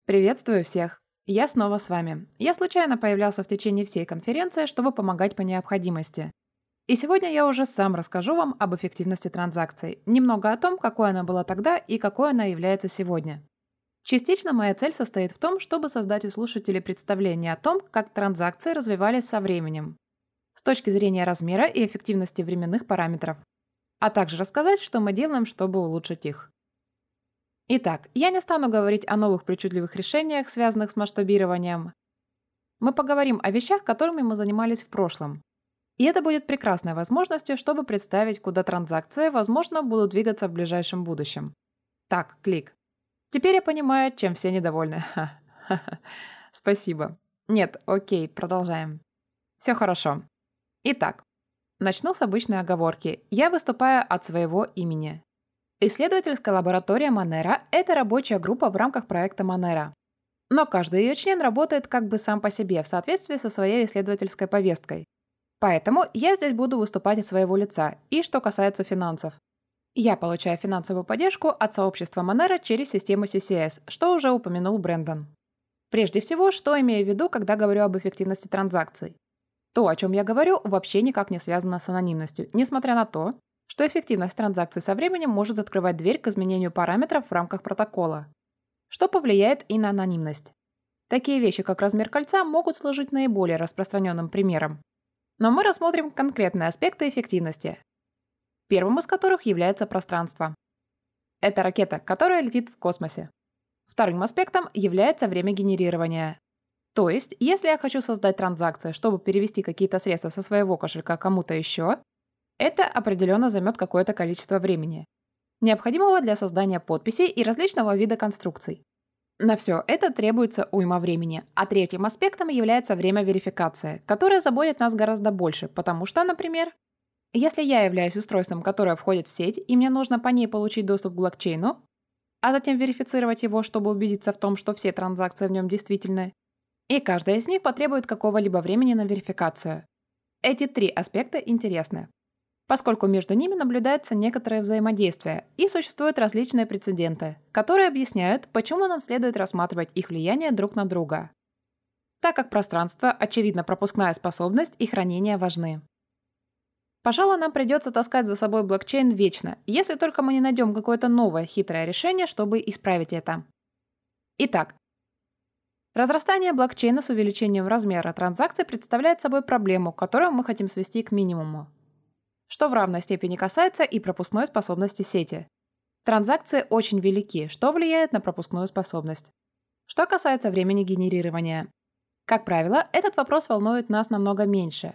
Приветствую всех! Я снова с вами. Я случайно появлялся в течение всей конференции, чтобы помогать по необходимости. И сегодня я уже сам расскажу вам об эффективности транзакций, немного о том, какой она была тогда и какой она является сегодня. Частично моя цель состоит в том, чтобы создать у слушателей представление о том, как транзакции развивались со временем, с точки зрения размера и эффективности временных параметров, а также рассказать, что мы делаем, чтобы улучшить их. Итак, я не стану говорить о новых причудливых решениях, связанных с масштабированием. Мы поговорим о вещах, которыми мы занимались в прошлом. И это будет прекрасной возможностью, чтобы представить, куда транзакции, возможно, будут двигаться в ближайшем будущем. Так, клик. Теперь я понимаю, чем все недовольны. Спасибо. Нет, окей, продолжаем. Все хорошо. Итак, начну с обычной оговорки. Я выступаю от своего имени. Исследовательская лаборатория Monero – это рабочая группа в рамках проекта Monero. Но каждый ее член работает как бы сам по себе в соответствии со своей исследовательской повесткой. Поэтому я здесь буду выступать от своего лица. И что касается финансов. Я получаю финансовую поддержку от сообщества Monero через систему CCS, что уже упомянул Брэндон. Прежде всего, что имею в виду, когда говорю об эффективности транзакций? То, о чем я говорю, вообще никак не связано с анонимностью, несмотря на то, что эффективность транзакций со временем может открывать дверь к изменению параметров в рамках протокола, что повлияет и на анонимность. Такие вещи, как размер кольца, могут служить наиболее распространенным примером. Но мы рассмотрим конкретные аспекты эффективности, первым из которых является пространство. Это ракета, которая летит в космосе. Вторым аспектом является время генерирования. То есть, если я хочу создать транзакцию, чтобы перевести какие-то средства со своего кошелька кому-то еще, это определенно займет какое-то количество времени, необходимого для создания подписей и различного вида конструкций. На все это требуется уйма времени, а третьим аспектом является время верификации, которое заботит нас гораздо больше, потому что, например, если я являюсь устройством, которое входит в сеть, и мне нужно по ней получить доступ к блокчейну, а затем верифицировать его, чтобы убедиться в том, что все транзакции в нем действительны, и каждая из них потребует какого-либо времени на верификацию. Эти три аспекта интересны, поскольку между ними наблюдается некоторое взаимодействие и существуют различные прецеденты, которые объясняют, почему нам следует рассматривать их влияние друг на друга. Так как пространство, очевидно, пропускная способность и хранение важны. Пожалуй, нам придется таскать за собой блокчейн вечно, если только мы не найдем какое-то новое хитрое решение, чтобы исправить это. Итак, разрастание блокчейна с увеличением размера транзакций представляет собой проблему, которую мы хотим свести к минимуму, что в равной степени касается и пропускной способности сети. Транзакции очень велики, что влияет на пропускную способность. Что касается времени генерирования. Как правило, этот вопрос волнует нас намного меньше.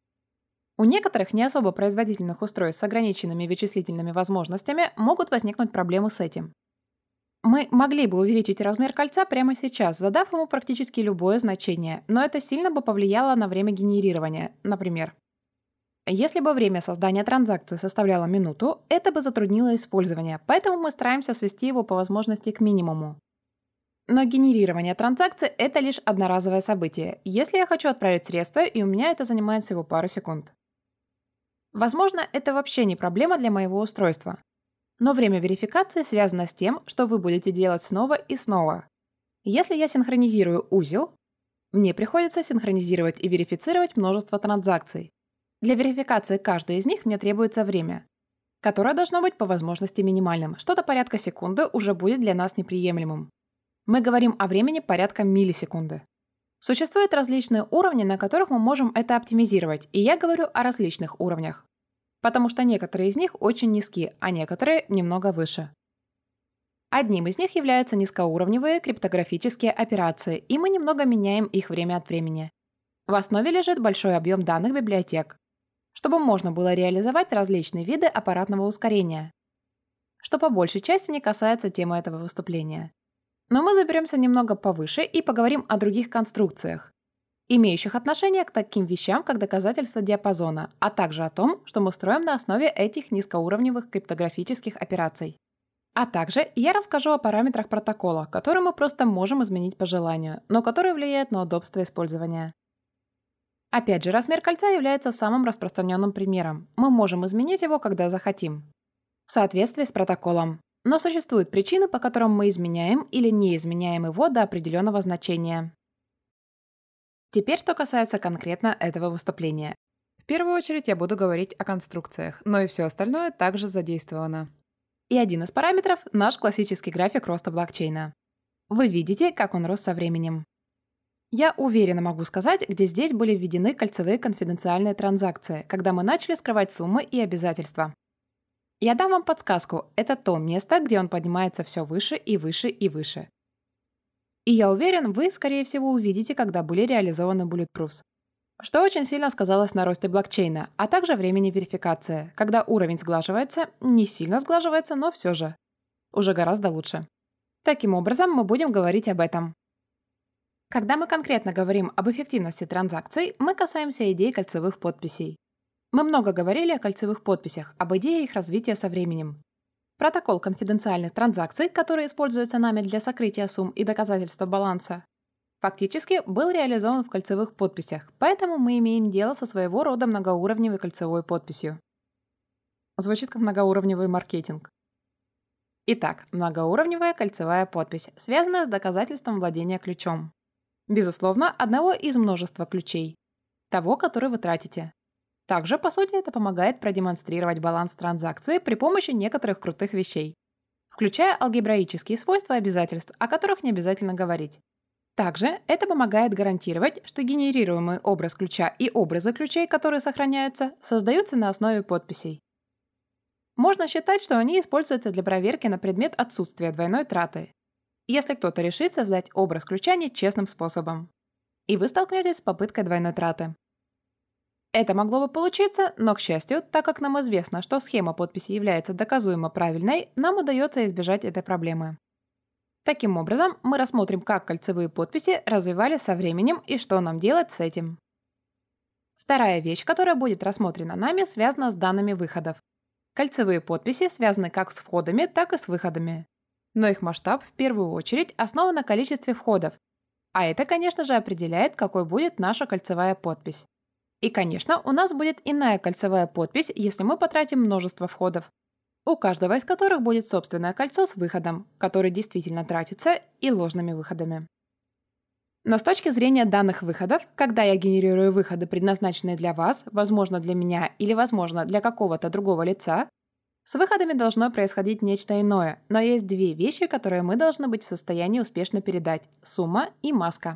У некоторых не особо производительных устройств с ограниченными вычислительными возможностями могут возникнуть проблемы с этим. Мы могли бы увеличить размер кольца прямо сейчас, задав ему практически любое значение, но это сильно бы повлияло на время генерирования, например. Если бы время создания транзакции составляло минуту, это бы затруднило использование, поэтому мы стараемся свести его по возможности к минимуму. Но генерирование транзакций – это лишь одноразовое событие, если я хочу отправить средства, и у меня это занимает всего пару секунд. Возможно, это вообще не проблема для моего устройства. Но время верификации связано с тем, что вы будете делать снова и снова. Если я синхронизирую узел, мне приходится синхронизировать и верифицировать множество транзакций. Для верификации каждой из них мне требуется время, которое должно быть по возможности минимальным. Что-то порядка секунды уже будет для нас неприемлемым. Мы говорим о времени порядка миллисекунды. Существуют различные уровни, на которых мы можем это оптимизировать, и я говорю о различных уровнях, потому что некоторые из них очень низкие, а некоторые немного выше. Одним из них являются низкоуровневые криптографические операции, и мы немного меняем их время от времени. В основе лежит большой объем данных библиотек, чтобы можно было реализовать различные виды аппаратного ускорения, что по большей части не касается темы этого выступления. Но мы заберемся немного повыше и поговорим о других конструкциях, имеющих отношение к таким вещам, как доказательства диапазона, а также о том, что мы строим на основе этих низкоуровневых криптографических операций. А также я расскажу о параметрах протокола, которые мы просто можем изменить по желанию, но которые влияют на удобство использования. Опять же, размер кольца является самым распространенным примером. Мы можем изменить его, когда захотим, в соответствии с протоколом. Но существуют причины, по которым мы изменяем или не изменяем его до определенного значения. Теперь, что касается конкретно этого выступления. В первую очередь я буду говорить о конструкциях, но и все остальное также задействовано. И один из параметров – наш классический график роста блокчейна. Вы видите, как он рос со временем. Я уверенно могу сказать, где здесь были введены кольцевые конфиденциальные транзакции, когда мы начали скрывать суммы и обязательства. Я дам вам подсказку – это то место, где он поднимается все выше и выше и выше. И я уверен, вы, скорее всего, увидите, когда были реализованы Bulletproofs. Что очень сильно сказалось на росте блокчейна, а также времени верификации, когда уровень сглаживается, не сильно сглаживается, но все же. Уже гораздо лучше. Таким образом, мы будем говорить об этом. Когда мы конкретно говорим об эффективности транзакций, мы касаемся идей кольцевых подписей. Мы много говорили о кольцевых подписях, об идее их развития со временем. Протокол конфиденциальных транзакций, который используется нами для сокрытия сумм и доказательства баланса, фактически был реализован в кольцевых подписях, поэтому мы имеем дело со своего рода многоуровневой кольцевой подписью. Звучит как многоуровневый маркетинг. Итак, многоуровневая кольцевая подпись, связанная с доказательством владения ключом. Безусловно, одного из множества ключей, того, который вы тратите. Также, по сути, это помогает продемонстрировать баланс транзакции при помощи некоторых крутых вещей, включая алгебраические свойства обязательств, о которых не обязательно говорить. Также это помогает гарантировать, что генерируемый образ ключа и образы ключей, которые сохраняются, создаются на основе подписей. Можно считать, что они используются для проверки на предмет отсутствия двойной траты, если кто-то решит создать образ ключа нечестным способом, и вы столкнетесь с попыткой двойной траты. Это могло бы получиться, но, к счастью, так как нам известно, что схема подписи является доказуемо правильной, нам удается избежать этой проблемы. Таким образом, мы рассмотрим, как кольцевые подписи развивались со временем и что нам делать с этим. Вторая вещь, которая будет рассмотрена нами, связана с данными выходов. Кольцевые подписи связаны как с входами, так и с выходами. Но их масштаб в первую очередь основан на количестве входов, а это, конечно же, определяет, какой будет наша кольцевая подпись. И, конечно, у нас будет иная кольцевая подпись, если мы потратим множество входов, у каждого из которых будет собственное кольцо с выходом, который действительно тратится, и ложными выходами. Но с точки зрения данных выходов, когда я генерирую выходы, предназначенные для вас, возможно, для меня или, возможно, для какого-то другого лица, с выходами должно происходить нечто иное, но есть две вещи, которые мы должны быть в состоянии успешно передать – сумма и маска.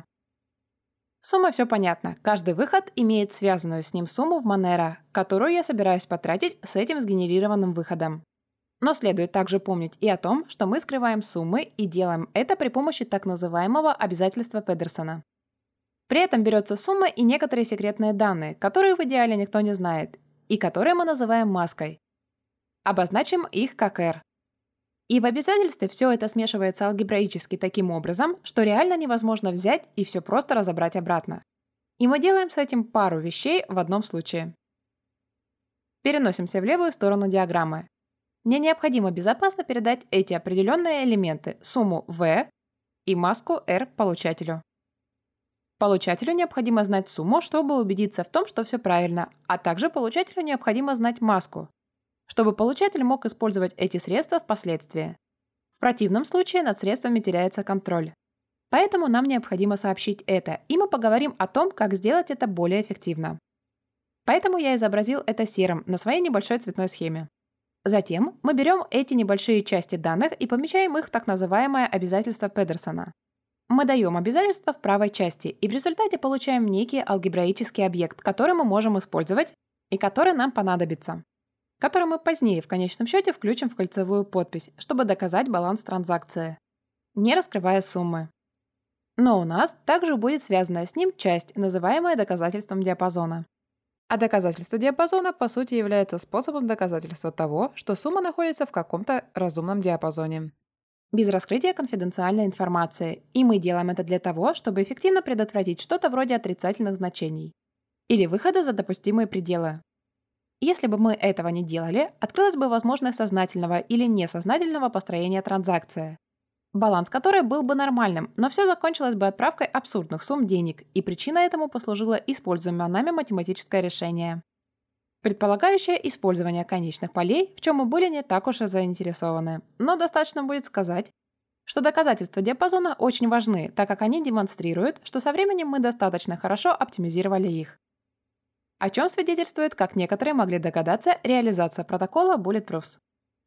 Сумма все понятно. Каждый выход имеет связанную с ним сумму в Monero, которую я собираюсь потратить с этим сгенерированным выходом. Но следует также помнить и о том, что мы скрываем суммы и делаем это при помощи так называемого обязательства Педерсона. При этом берется сумма и некоторые секретные данные, которые в идеале никто не знает, и которые мы называем маской. Обозначим их как R. И в обязательстве все это смешивается алгебраически таким образом, что реально невозможно взять и все просто разобрать обратно. И мы делаем с этим пару вещей в одном случае. Переносимся в левую сторону диаграммы. Мне необходимо безопасно передать эти определенные элементы, сумму V и маску R получателю. Получателю необходимо знать сумму, чтобы убедиться в том, что все правильно, а также получателю необходимо знать маску, чтобы получатель мог использовать эти средства впоследствии. В противном случае над средствами теряется контроль. Поэтому нам необходимо сообщить это, и мы поговорим о том, как сделать это более эффективно. Поэтому я изобразил это серым на своей небольшой цветной схеме. Затем мы берем эти небольшие части данных и помещаем их в так называемое обязательство Педерсона. Мы даем обязательство в правой части, и в результате получаем некий алгебраический объект, который мы можем использовать и который нам понадобится, который мы позднее в конечном счете включим в кольцевую подпись, чтобы доказать баланс транзакции, не раскрывая суммы. Но у нас также будет связанная с ним часть, называемая доказательством диапазона. А доказательство диапазона, по сути, является способом доказательства того, что сумма находится в каком-то разумном диапазоне, без раскрытия конфиденциальной информации, и мы делаем это для того, чтобы эффективно предотвратить что-то вроде отрицательных значений или выхода за допустимые пределы. Если бы мы этого не делали, открылась бы возможность сознательного или несознательного построения транзакции, баланс которой был бы нормальным, но все закончилось бы отправкой абсурдных сумм денег, и причиной этому послужило используемое нами математическое решение. предполагающая использование конечных полей, в чем мы были не так уж и заинтересованы. Но достаточно будет сказать, что доказательства диапазона очень важны, так как они демонстрируют, что со временем мы достаточно хорошо оптимизировали их. О чем свидетельствует, как некоторые могли догадаться, реализация протокола Bulletproofs.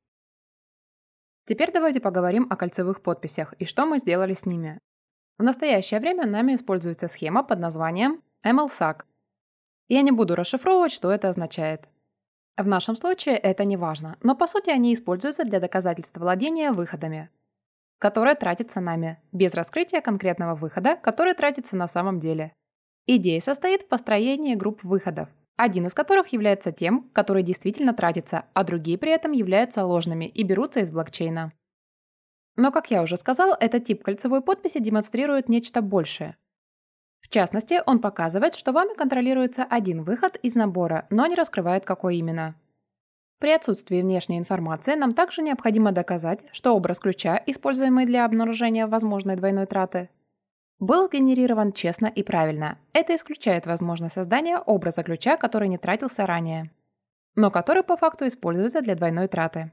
Теперь давайте поговорим о кольцевых подписях и что мы сделали с ними. В настоящее время нами используется схема под названием MLSAC. Я не буду расшифровывать, что это означает. В нашем случае это не важно, но по сути они используются для доказательства владения выходами, которое тратится нами, без раскрытия конкретного выхода, который тратится на самом деле. Идея состоит в построении групп выходов, один из которых является тем, который действительно тратится, а другие при этом являются ложными и берутся из блокчейна. Но, как я уже сказал, этот тип кольцевой подписи демонстрирует нечто большее. В частности, он показывает, что вами контролируется один выход из набора, но не раскрывает, какой именно. При отсутствии внешней информации нам также необходимо доказать, что образ ключа, используемый для обнаружения возможной двойной траты, был сгенерирован честно и правильно. Это исключает возможность создания образа ключа, который не тратился ранее, но который по факту используется для двойной траты.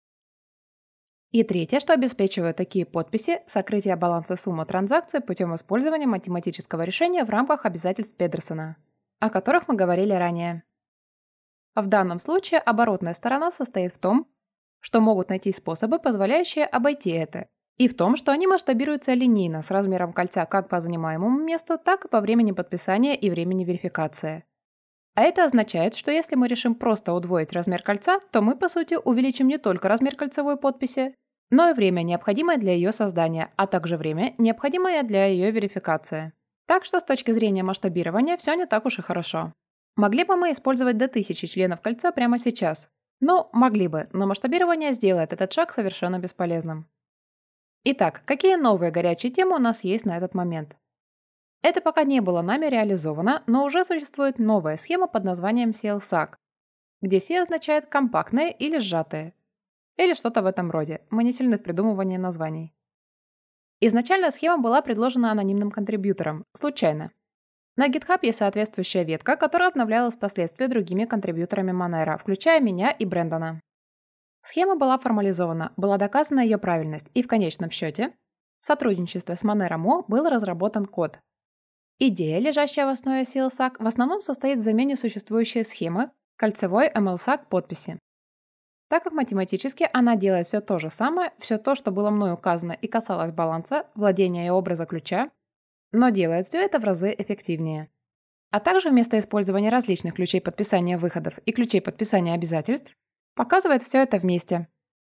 И третье, что обеспечивает такие подписи – сокрытие баланса суммы транзакций путем использования математического решения в рамках обязательств Педерсона, о которых мы говорили ранее. В данном случае оборотная сторона состоит в том, что могут найти способы, позволяющие обойти это, и в том, что они масштабируются линейно с размером кольца как по занимаемому месту, так и по времени подписания и времени верификации. А это означает, что если мы решим просто удвоить размер кольца, то мы, по сути, увеличим не только размер кольцевой подписи, но и время, необходимое для ее создания, а также время, необходимое для ее верификации. Так что с точки зрения масштабирования все не так уж и хорошо. Могли бы мы использовать до 1000 членов кольца прямо сейчас? Ну, могли бы, но масштабирование сделает этот шаг совершенно бесполезным. Итак, какие новые горячие темы у нас есть на этот момент? Это пока не было нами реализовано, но уже существует новая схема под названием CLSAC, где C означает компактные или сжатые. Или что-то в этом роде. Мы не сильны в придумывании названий. Изначально схема была предложена анонимным контрибьютором, случайно. На GitHub есть соответствующая ветка, которая обновлялась впоследствии другими контрибьюторами Monero, включая меня и Брэндона. Схема была формализована, была доказана ее правильность, и в конечном счете в сотрудничестве с Monero Mo был разработан код. Идея, лежащая в основе CLSAC, в основном состоит в замене существующей схемы кольцевой MLSAC подписи. Так как математически она делает все то же самое, все то, что было мной указано и касалось баланса, владения и образа ключа, но делает все это в разы эффективнее. А также вместо использования различных ключей подписания выходов и ключей подписания обязательств, показывает все это вместе.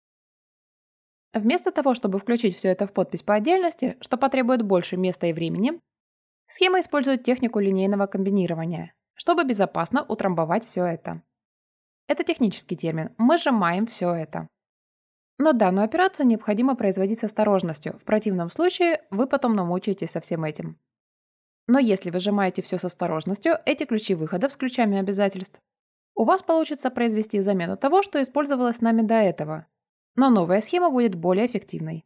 Вместо того, чтобы включить все это в подпись по отдельности, что потребует больше места и времени, схема использует технику линейного комбинирования, чтобы безопасно утрамбовать все это. Это технический термин. Мы сжимаем все это. Но данную операцию необходимо производить с осторожностью. В противном случае вы потом намучаетесь со всем этим. Но если вы сжимаете все с осторожностью, эти ключи выходов с ключами обязательств, у вас получится произвести замену того, что использовалось нами до этого. Но новая схема будет более эффективной.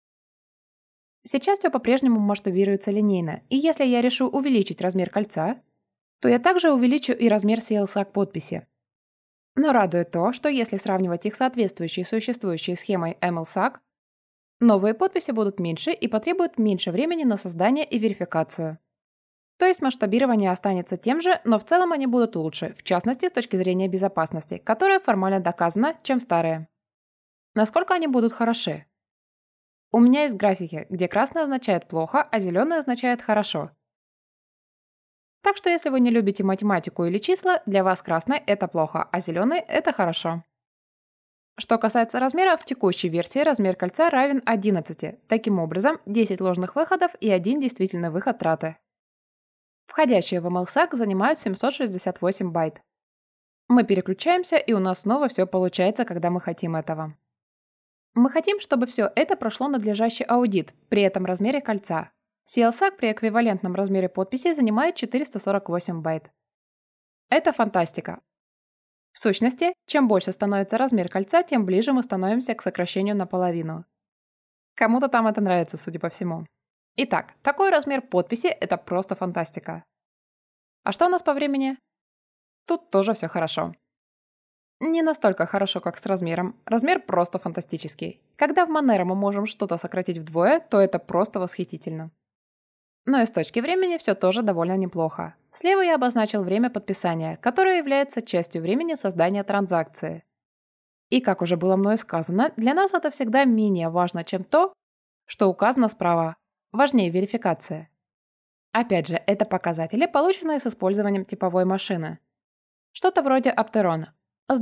Сейчас все по-прежнему масштабируется линейно, и если я решу увеличить размер кольца, то я также увеличу и размер CLSAC подписи. Но радует то, что если сравнивать их соответствующей существующей схемой MLSAC, новые подписи будут меньше и потребуют меньше времени на создание и верификацию. То есть масштабирование останется тем же, но в целом они будут лучше, в частности с точки зрения безопасности, которая формально доказана, чем старые. Насколько они будут хороши? У меня есть графики, где красный означает плохо, а зеленый означает хорошо. Так что если вы не любите математику или числа, для вас красный – это плохо, а зеленый – это хорошо. Что касается размера, в текущей версии размер кольца равен 11. Таким образом, 10 ложных выходов и 1 действительный выход траты. Входящие в MLSAC занимают 768 байт. Мы переключаемся, и у нас снова все получается, когда мы хотим этого. Мы хотим, чтобы все это прошло надлежащий аудит при этом размере кольца. CLSAC при эквивалентном размере подписи занимает 448 байт. Это фантастика. В сущности, чем больше становится размер кольца, тем ближе мы становимся к сокращению наполовину. Кому-то там это нравится, судя по всему. Итак, такой размер подписи – это просто фантастика. А что у нас по времени? Тут тоже все хорошо. Не настолько хорошо, как с размером. Размер просто фантастический. Когда в Monero мы можем что-то сократить вдвое, то это просто восхитительно. Но и с точки времени все тоже довольно неплохо. Слева я обозначил время подписания, которое является частью времени создания транзакции. И, как уже было мной сказано, для нас это всегда менее важно, чем то, что указано справа. Важнее верификация. Опять же, это показатели, полученные с использованием типовой машины. Что-то вроде Apteron с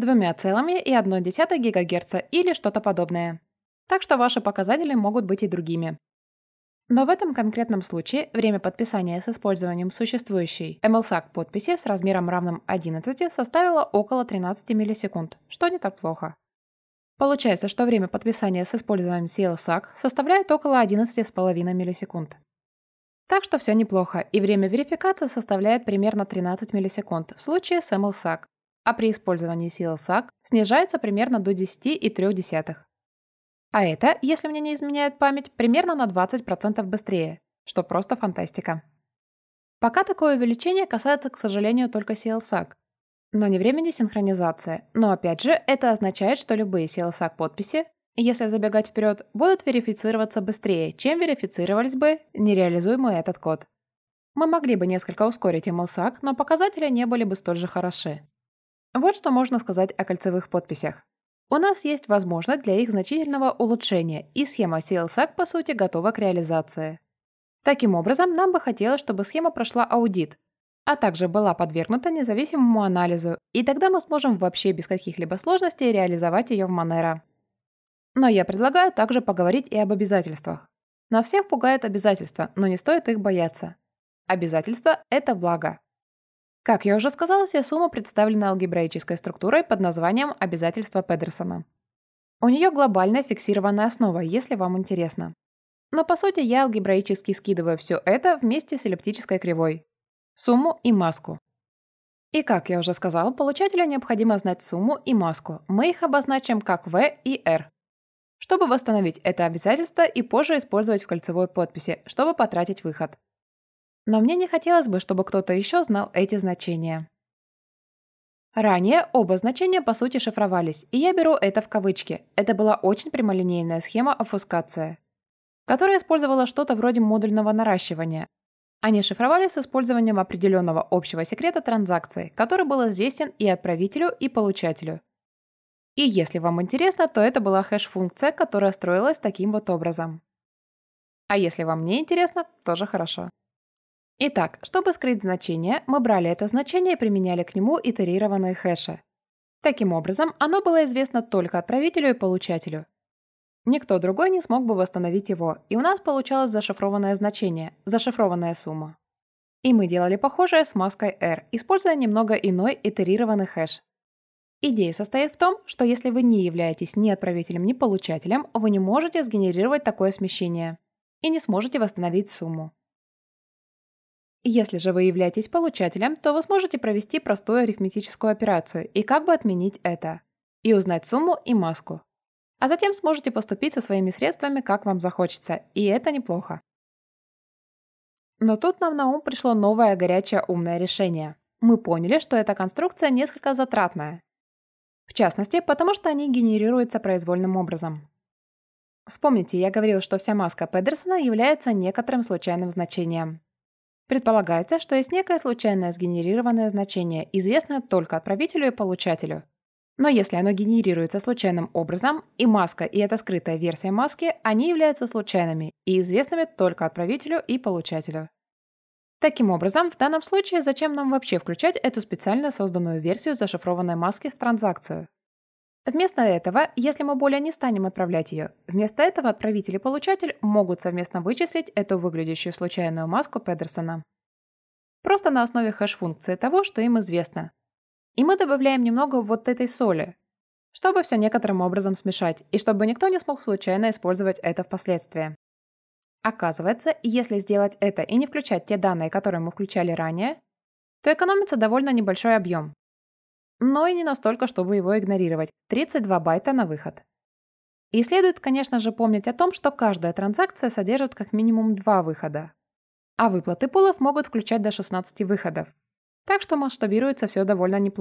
2,1 ГГц или что-то подобное. Так что ваши показатели могут быть и другими. Но в этом конкретном случае время подписания с использованием существующей MLSAC подписи с размером равным 11 составило около 13 миллисекунд, что не так плохо. Получается, что время подписания с использованием CLSAC составляет около 11,5 миллисекунд. Так что все неплохо, и время верификации составляет примерно 13 миллисекунд в случае с MLSAC, а при использовании CLSAC снижается примерно до 10,3. А это, если мне не изменяет память, примерно на 20% быстрее, что просто фантастика. Пока такое увеличение касается, к сожалению, только CLSAC, но не времени синхронизации. Но опять же, это означает, что любые CLSAC подписи, если забегать вперед, будут верифицироваться быстрее, чем верифицировались бы нереализуемый этот код. Мы могли бы несколько ускорить MLSAC, но показатели не были бы столь же хороши. Вот что можно сказать о кольцевых подписях. У нас есть возможность для их значительного улучшения, и схема CLSAC, по сути, готова к реализации. Таким образом, нам бы хотелось, чтобы схема прошла аудит, а также была подвергнута независимому анализу, и тогда мы сможем вообще без каких-либо сложностей реализовать ее в Monero. Но я предлагаю также поговорить и об обязательствах. Нас всех пугает обязательства, но не стоит их бояться. Обязательства – это благо. Как я уже сказала, вся сумма представлена алгебраической структурой под названием обязательства Педерсона. У нее глобальная фиксированная основа, если вам интересно. Но по сути я алгебраически скидываю все это вместе с эллиптической кривой, сумму и маску. И как я уже сказал, получателю необходимо знать сумму и маску. Мы их обозначим как V и R, чтобы восстановить это обязательство и позже использовать в кольцевой подписи, чтобы потратить выход. Но мне не хотелось бы, чтобы кто-то еще знал эти значения. Ранее оба значения по сути шифровались, и я беру это в кавычки. Это была очень прямолинейная схема обфускации, которая использовала что-то вроде модульного наращивания. Они шифровались с использованием определенного общего секрета транзакции, который был известен и отправителю, и получателю. И если вам интересно, то это была хэш-функция, которая строилась таким вот образом. А если вам не интересно, тоже хорошо. Итак, чтобы скрыть значение, мы брали это значение и применяли к нему итерированные хэши. Таким образом, оно было известно только отправителю и получателю. Никто другой не смог бы восстановить его, и у нас получалось зашифрованное значение, зашифрованная сумма. И мы делали похожее с маской R, используя немного иной итерированный хэш. Идея состоит в том, что если вы не являетесь ни отправителем, ни получателем, вы не можете сгенерировать такое смещение и не сможете восстановить сумму. Если же вы являетесь получателем, то вы сможете провести простую арифметическую операцию и как бы отменить это, и узнать сумму и маску. А затем сможете поступить со своими средствами, как вам захочется, и это неплохо. Но тут нам на ум пришло новое горячее умное решение. Мы поняли, что эта конструкция несколько затратная. В частности, потому что они генерируются произвольным образом. Вспомните, я говорил, что вся маска Педерсона является некоторым случайным значением. Предполагается, что есть некое случайное сгенерированное значение, известное только отправителю и получателю. Но если оно генерируется случайным образом, и маска, и эта скрытая версия маски, они являются случайными и известными только отправителю и получателю. Таким образом, в данном случае зачем нам вообще включать эту специально созданную версию зашифрованной маски в транзакцию? Вместо этого, если мы более не станем отправлять ее, вместо этого отправитель и получатель могут совместно вычислить эту выглядящую случайную маску Педерсона. Просто на основе хэш-функции того, что им известно. И мы добавляем немного вот этой соли, чтобы все некоторым образом смешать, и чтобы никто не смог случайно использовать это впоследствии. Оказывается, если сделать это и не включать те данные, которые мы включали ранее, то экономится довольно небольшой объем. Но и не настолько, чтобы его игнорировать. 32 байта на выход. И следует, конечно же, помнить о том, что каждая транзакция содержит как минимум 2 выхода. А выплаты пулов могут включать до 16 выходов. Так что масштабируется все довольно неплохо.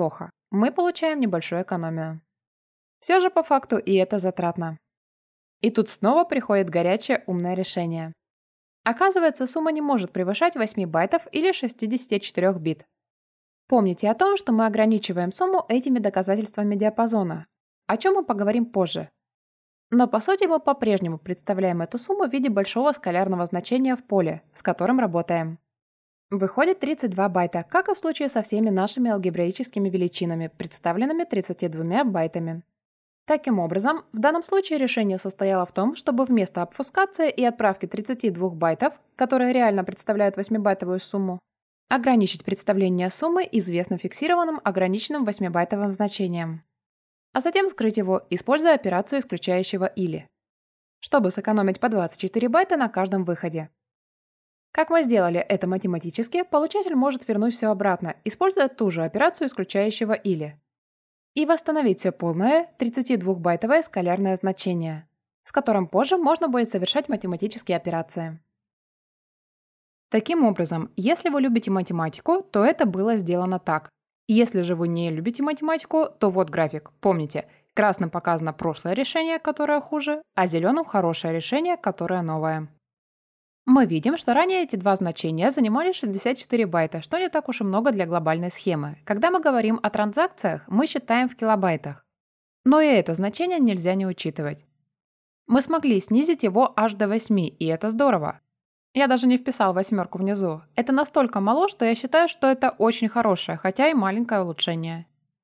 мы получаем небольшую экономию. Все же по факту и это затратно. И тут снова приходит горячее умное решение. Оказывается, сумма не может превышать 8 байтов или 64 бит. Помните о том, что мы ограничиваем сумму этими доказательствами диапазона, о чем мы поговорим позже. Но по сути мы по-прежнему представляем эту сумму в виде большого скалярного значения в поле, с которым работаем. Выходит 32 байта, как и в случае со всеми нашими алгебраическими величинами, представленными 32 байтами. Таким образом, в данном случае решение состояло в том, чтобы вместо обфускации и отправки 32 байтов, которые реально представляют 8-байтовую сумму, ограничить представление суммы известным фиксированным ограниченным 8-байтовым значением, а затем скрыть его, используя операцию исключающего «или», чтобы сэкономить по 24 байта на каждом выходе. Как мы сделали это математически, получатель может вернуть все обратно, используя ту же операцию исключающего «или», и восстановить все полное 32-байтовое скалярное значение, с которым позже можно будет совершать математические операции. Таким образом, если вы любите математику, то это было сделано так. Если же вы не любите математику, то вот график. Помните, красным показано прошлое решение, которое хуже, а зеленым хорошее решение, которое новое. Мы видим, что ранее эти два значения занимали 64 байта, что не так уж и много для глобальной схемы. Когда мы говорим о транзакциях, мы считаем в килобайтах. Но и это значение нельзя не учитывать. Мы смогли снизить его аж до 8, и это здорово. Я даже не вписал восьмерку внизу. Это настолько мало, что я считаю, что это очень хорошее, хотя и маленькое улучшение.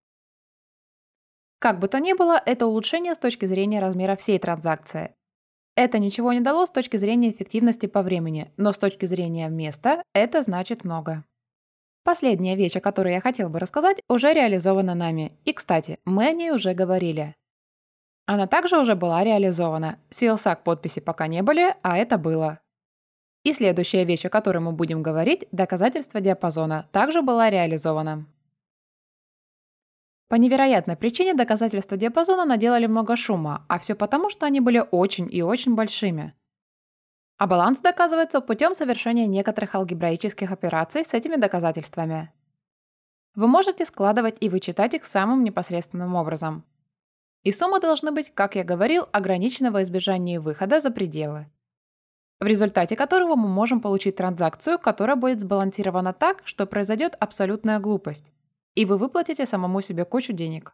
Как бы то ни было, это улучшение с точки зрения размера всей транзакции. Это ничего не дало с точки зрения эффективности по времени, но с точки зрения места это значит много. Последняя вещь, о которой я хотел бы рассказать, уже реализована нами. И, кстати, мы о ней уже говорили. Она также уже была реализована. CLSAC подписи пока не были, а это было. И следующая вещь, о которой мы будем говорить, доказательство диапазона, также была реализована. По невероятной причине доказательства диапазона наделали много шума, а все потому, что они были очень и очень большими. А баланс доказывается путем совершения некоторых алгебраических операций с этими доказательствами. Вы можете складывать и вычитать их самым непосредственным образом. И суммы должны быть, как я говорил, ограничены во избежании выхода за пределы, в результате которого мы можем получить транзакцию, которая будет сбалансирована так, что произойдет абсолютная глупость, и вы выплатите самому себе кучу денег.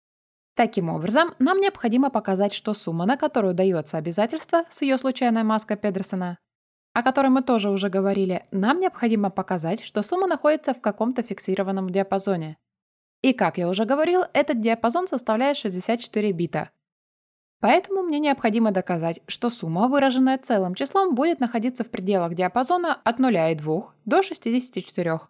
Таким образом, нам необходимо показать, что сумма, на которую дается обязательство с ее случайной маской Педерсона, о которой мы тоже уже говорили, нам необходимо показать, что сумма находится в каком-то фиксированном диапазоне. И, как я уже говорил, этот диапазон составляет 64 бита. Поэтому мне необходимо доказать, что сумма, выраженная целым числом, будет находиться в пределах диапазона от 0,2 до 64.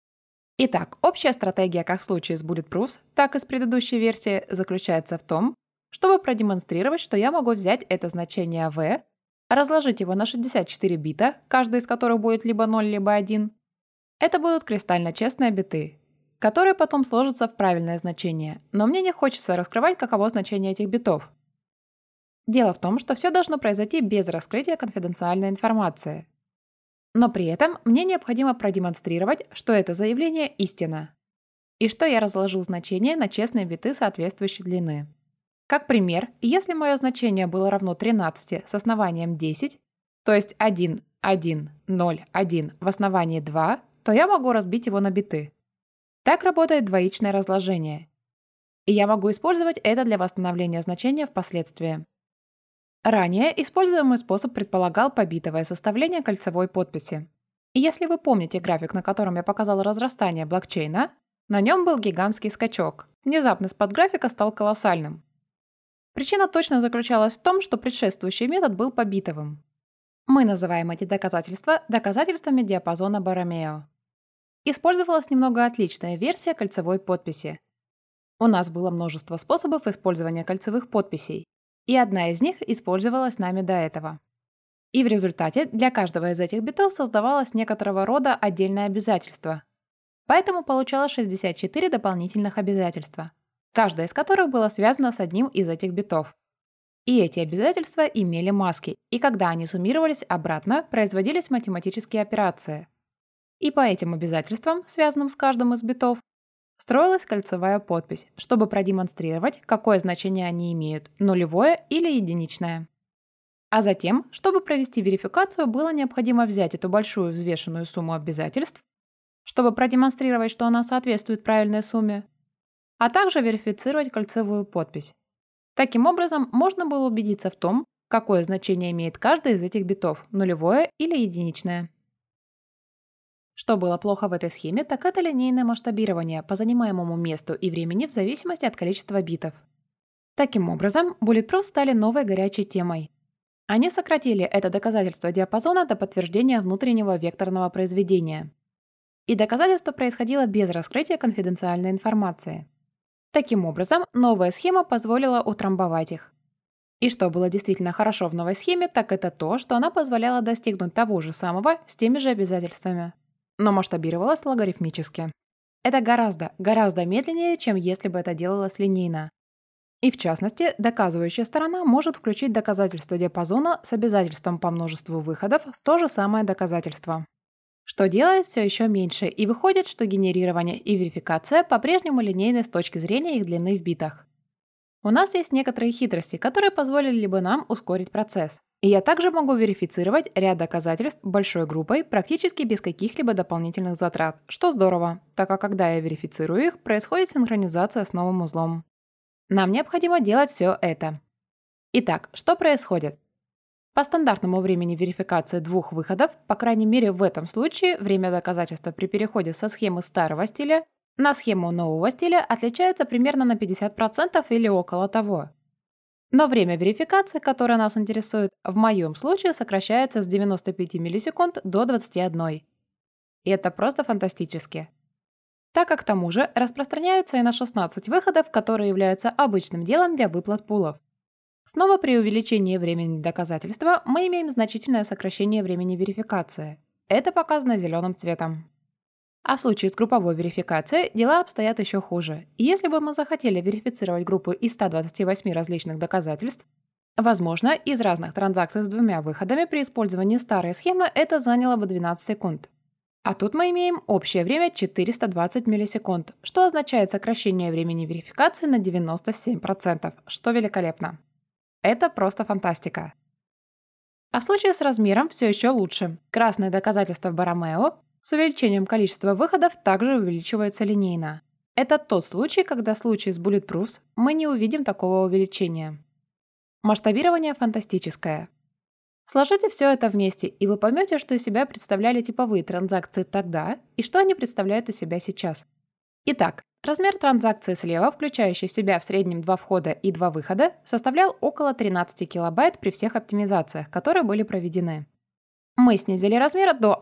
Итак, общая стратегия как в случае с Bulletproofs, так и с предыдущей версии заключается в том, чтобы продемонстрировать, что я могу взять это значение v, разложить его на 64 бита, каждый из которых будет либо 0, либо 1. Это будут кристально честные биты, которые потом сложатся в правильное значение, но мне не хочется раскрывать, каково значение этих битов. Дело в том, что все должно произойти без раскрытия конфиденциальной информации. Но при этом мне необходимо продемонстрировать, что это заявление истина, и что я разложил значение на честные биты соответствующей длины. Как пример, если мое значение было равно 13 с основанием 10, то есть 1, 1, 0, 1 в основании 2, то я могу разбить его на биты. Так работает двоичное разложение. И я могу использовать это для восстановления значения впоследствии. Ранее используемый способ предполагал побитовое составление кольцевой подписи. И если вы помните график, на котором я показал разрастание блокчейна, на нем был гигантский скачок. Внезапно спад графика стал колоссальным. Причина точно заключалась в том, что предшествующий метод был побитовым. Мы называем эти доказательства доказательствами диапазона Боромео. Использовалась немного отличная версия кольцевой подписи. У нас было множество способов использования кольцевых подписей, и одна из них использовалась нами до этого. И в результате для каждого из этих битов создавалось некоторого рода отдельное обязательство. Поэтому получалось 64 дополнительных обязательства, каждое из которых было связано с одним из этих битов. И эти обязательства имели маски, и когда они суммировались обратно, производились математические операции. И по этим обязательствам, связанным с каждым из битов, строилась кольцевая подпись, чтобы продемонстрировать, какое значение они имеют – нулевое или единичное. А затем, чтобы провести верификацию, было необходимо взять эту большую взвешенную сумму обязательств, чтобы продемонстрировать, что она соответствует правильной сумме, а также верифицировать кольцевую подпись. Таким образом, можно было убедиться в том, какое значение имеет каждый из этих битов – нулевое или единичное. Что было плохо в этой схеме, так это линейное масштабирование по занимаемому месту и времени в зависимости от количества битов. Таким образом, Bulletproof стали новой горячей темой. Они сократили это доказательство диапазона до подтверждения внутреннего векторного произведения. И доказательство происходило без раскрытия конфиденциальной информации. Таким образом, новая схема позволила утрамбовать их. И что было действительно хорошо в новой схеме, так это то, что она позволяла достигнуть того же самого с теми же обязательствами, но масштабировалась логарифмически. Это гораздо медленнее, чем если бы это делалось линейно. И в частности, доказывающая сторона может включить доказательство диапазона с обязательством по множеству выходов в то же самое доказательство, что делает все еще меньше, и выходит, что генерирование и верификация по-прежнему линейны с точки зрения их длины в битах. У нас есть некоторые хитрости, которые позволили бы нам ускорить процесс. И я также могу верифицировать ряд доказательств большой группой практически без каких-либо дополнительных затрат, что здорово, так как когда я верифицирую их, происходит синхронизация с новым узлом. Нам необходимо делать все это. Итак, что происходит? По стандартному времени верификации двух выходов, по крайней мере в этом случае, время доказательства при переходе со схемы старого стиля на схему нового стиля отличается примерно на 50% или около того. Но время верификации, которое нас интересует, в моем случае сокращается с 95 миллисекунд до 21. И это просто фантастически. Так как к тому же распространяется и на 16 выходов, которые являются обычным делом для выплат пулов. Снова при увеличении времени доказательства мы имеем значительное сокращение времени верификации. Это показано зеленым цветом. А в случае с групповой верификацией дела обстоят еще хуже. И если бы мы захотели верифицировать группу из 128 различных доказательств, возможно, из разных транзакций с двумя выходами при использовании старой схемы это заняло бы 12 секунд. А тут мы имеем общее время 420 миллисекунд, что означает сокращение времени верификации на 97%, что великолепно. Это просто фантастика. А в случае с размером все еще лучше. Красные доказательства Боромео с увеличением количества выходов также увеличиваются линейно. Это тот случай, когда в случае с Bulletproofs мы не увидим такого увеличения. Масштабирование фантастическое. Сложите все это вместе, и вы поймете, что из себя представляли типовые транзакции тогда и что они представляют из себя сейчас. Итак, размер транзакции слева, включающий в себя в среднем 2 входа и 2 выхода, составлял около 13 килобайт при всех оптимизациях, которые были проведены. Мы снизили размер до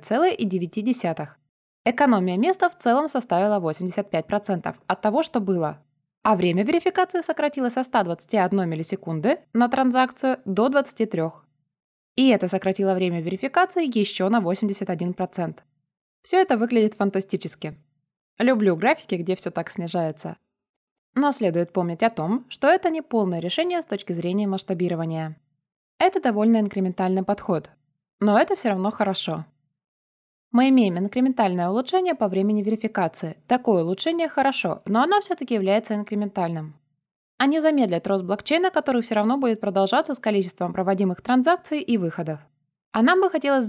1,9. Экономия места в целом составила 85% от того, что было. А время верификации сократилось со 121 миллисекунды на транзакцию до 23. И это сократило время верификации еще на 81%. Все это выглядит фантастически. Люблю графики, где все так снижается. Но следует помнить о том, что это не полное решение с точки зрения масштабирования. Это довольно инкрементальный подход. Но это все равно хорошо. Мы имеем инкрементальное улучшение по времени верификации. Такое улучшение хорошо, но оно все-таки является инкрементальным. Они замедлят рост блокчейна, который все равно будет продолжаться с количеством проводимых транзакций и выходов. А нам бы хотелось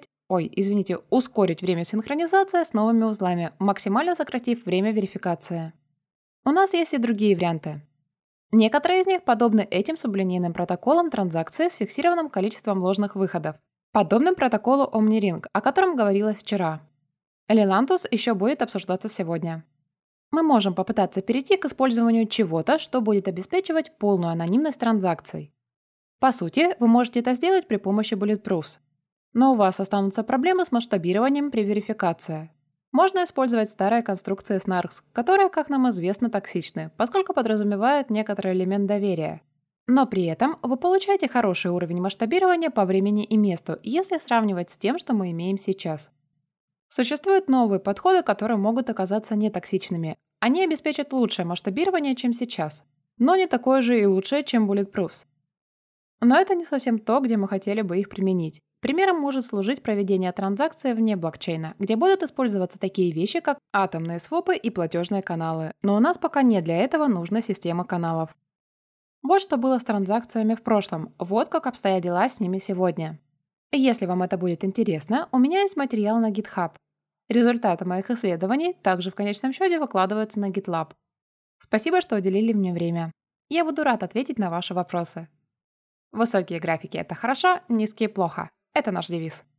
ускорить время синхронизации с новыми узлами, максимально сократив время верификации. У нас есть и другие варианты. Некоторые из них подобны этим сублинейным протоколам транзакции с фиксированным количеством ложных выходов, подобным протоколу OmniRing, о котором говорилось вчера. Lelantus еще будет обсуждаться сегодня. Мы можем попытаться перейти к использованию чего-то, что будет обеспечивать полную анонимность транзакций. По сути, вы можете это сделать при помощи Bulletproofs. Но у вас останутся проблемы с масштабированием при верификации. Можно использовать старые конструкции Snarks, которые, как нам известно, токсичны, поскольку подразумевают некоторый элемент доверия. Но при этом вы получаете хороший уровень масштабирования по времени и месту, если сравнивать с тем, что мы имеем сейчас. Существуют новые подходы, которые могут оказаться нетоксичными. Они обеспечат лучшее масштабирование, чем сейчас, но не такое же и лучшее, чем Bulletproofs. Но это не совсем то, где мы хотели бы их применить. Примером может служить проведение транзакций вне блокчейна, где будут использоваться такие вещи, как атомные свопы и платежные каналы. Но у нас пока нет для этого нужной системы каналов. Вот что было с транзакциями в прошлом, вот как обстоят дела с ними сегодня. Если вам это будет интересно, у меня есть материал на GitHub. Результаты моих исследований также в конечном счете выкладываются на GitLab. Спасибо, что уделили мне время. Я буду рад ответить на ваши вопросы. Высокие графики – это хорошо, низкие – плохо. Это наш девиз.